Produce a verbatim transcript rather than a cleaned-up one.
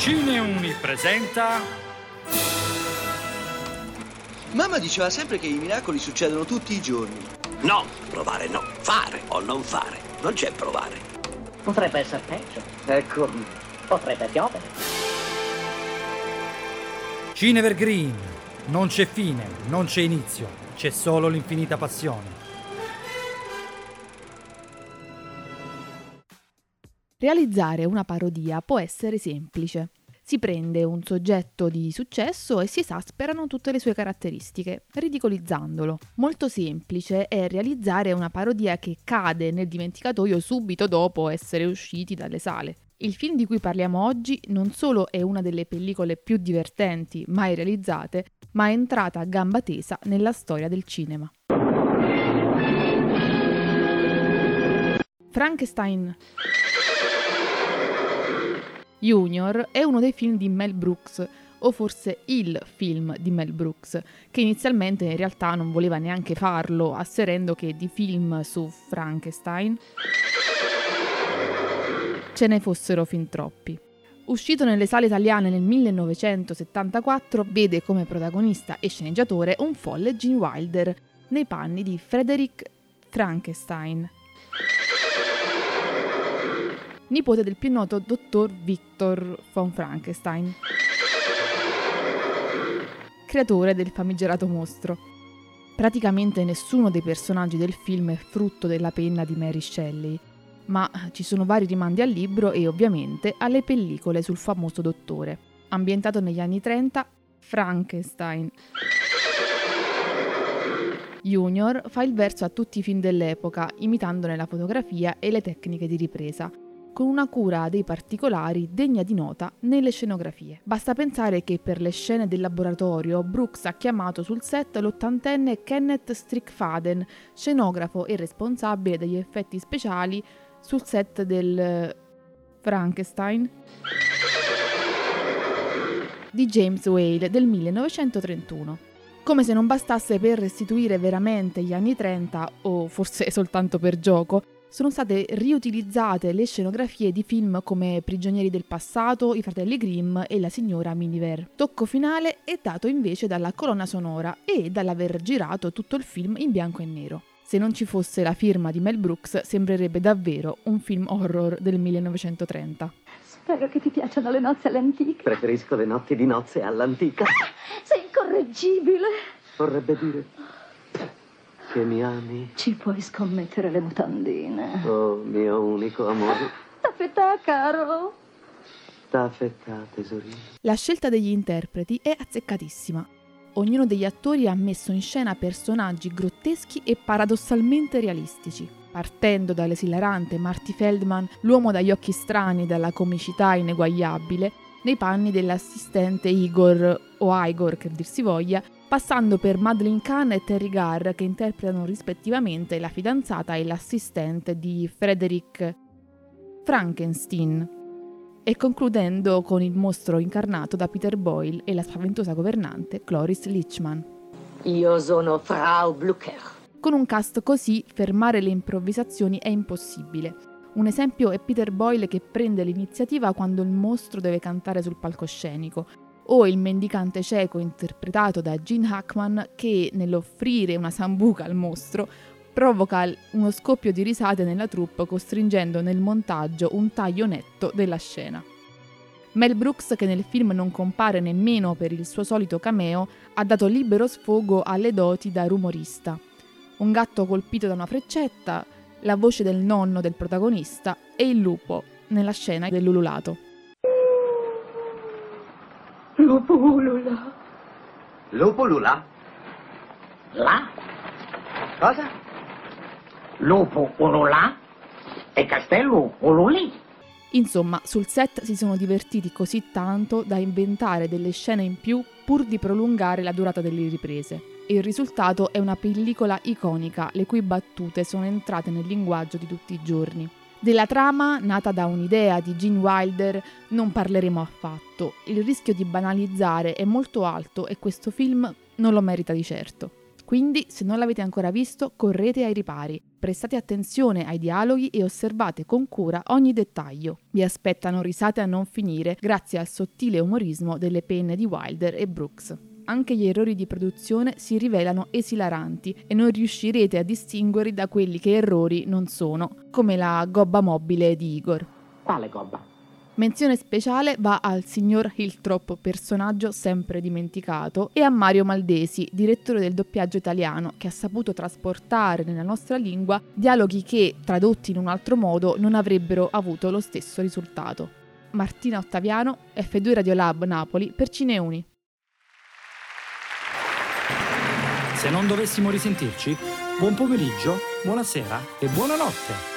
Cineuni presenta... Mamma diceva sempre che i miracoli succedono tutti i giorni. No, provare no, fare o non fare, non c'è provare. Potrebbe essere peggio. Ecco, potrebbe piovere. Cinevergreen. Non c'è fine, non c'è inizio, c'è solo l'infinita passione. Realizzare una parodia può essere semplice. Si prende un soggetto di successo e si esasperano tutte le sue caratteristiche, ridicolizzandolo. Molto semplice è realizzare una parodia che cade nel dimenticatoio subito dopo essere usciti dalle sale. Il film di cui parliamo oggi non solo è una delle pellicole più divertenti mai realizzate, ma è entrata a gamba tesa nella storia del cinema. Frankenstein Junior è uno dei film di Mel Brooks, o forse il film di Mel Brooks, che inizialmente in realtà non voleva neanche farlo, asserendo che di film su Frankenstein ce ne fossero fin troppi. Uscito nelle sale italiane nel millenovecentosettantaquattro, vede come protagonista e sceneggiatore un folle Gene Wilder, nei panni di Frederick Frankenstein, nipote del più noto dottor Victor von Frankenstein, creatore del famigerato mostro. Praticamente nessuno dei personaggi del film è frutto della penna di Mary Shelley, ma ci sono vari rimandi al libro e ovviamente alle pellicole sul famoso dottore. Ambientato negli anni trenta, Frankenstein Junior fa il verso a tutti i film dell'epoca, imitandone la fotografia e le tecniche di ripresa, con una cura dei particolari degna di nota nelle scenografie. Basta pensare che per le scene del laboratorio Brooks ha chiamato sul set l'ottantenne Kenneth Strickfaden, scenografo e responsabile degli effetti speciali sul set del Frankenstein di James Whale del millenovecentotrentuno. Come se non bastasse, per restituire veramente gli anni trenta, o forse soltanto per gioco, sono state riutilizzate le scenografie di film come Prigionieri del passato, I fratelli Grimm e La signora Miniver. Tocco finale è dato invece dalla colonna sonora e dall'aver girato tutto il film in bianco e nero. Se non ci fosse la firma di Mel Brooks, sembrerebbe davvero un film horror del millenovecentotrenta. Spero che ti piacciono le nozze all'antica. Preferisco le notti di nozze all'antica. Sei incorreggibile. Vorrebbe dire che mi ami. Ci puoi scommettere le mutandine. Oh, mio unico amore. Taffetà, caro. Taffetà, tesorino. La scelta degli interpreti è azzeccatissima. Ognuno degli attori ha messo in scena personaggi grotteschi e paradossalmente realistici, partendo dall'esilarante Marty Feldman, l'uomo dagli occhi strani e dalla comicità ineguagliabile, nei panni dell'assistente Igor, o Igor che dir si voglia, passando per Madeleine Kahn e Terry Garr, che interpretano rispettivamente la fidanzata e l'assistente di Frederick Frankenstein, e concludendo con il mostro incarnato da Peter Boyle e la spaventosa governante Cloris Leachman. Io sono Frau Blücher. Con un cast così, fermare le improvvisazioni è impossibile. Un esempio è Peter Boyle che prende l'iniziativa quando il mostro deve cantare sul palcoscenico, o il mendicante cieco interpretato da Gene Hackman che, nell'offrire una sambuca al mostro, provoca uno scoppio di risate nella troupe, costringendo nel montaggio un taglio netto della scena. Mel Brooks, che nel film non compare nemmeno per il suo solito cameo, ha dato libero sfogo alle doti da rumorista. Un gatto colpito da una freccetta, la voce del nonno del protagonista e il lupo nella scena dell'ululato. Lupo ulula. Lupo lula? Là? Cosa? Lupo ululà e castello ululì. Insomma, sul set si sono divertiti così tanto da inventare delle scene in più pur di prolungare la durata delle riprese. E il risultato è una pellicola iconica, le cui battute sono entrate nel linguaggio di tutti i giorni. Della trama, nata da un'idea di Gene Wilder, non parleremo affatto. Il rischio di banalizzare è molto alto e questo film non lo merita di certo. Quindi, se non l'avete ancora visto, correte ai ripari, prestate attenzione ai dialoghi e osservate con cura ogni dettaglio. Vi aspettano risate a non finire grazie al sottile umorismo delle penne di Wilder e Brooks. Anche gli errori di produzione si rivelano esilaranti e non riuscirete a distinguerli da quelli che errori non sono, come la gobba mobile di Igor. Quale gobba? Menzione speciale va al signor Hiltrop, personaggio sempre dimenticato, e a Mario Maldesi, direttore del doppiaggio italiano, che ha saputo trasportare nella nostra lingua dialoghi che, tradotti in un altro modo, non avrebbero avuto lo stesso risultato. Martina Ottaviano, F due Radiolab Napoli per Cineuni. Se non dovessimo risentirci, buon pomeriggio, buonasera e buonanotte.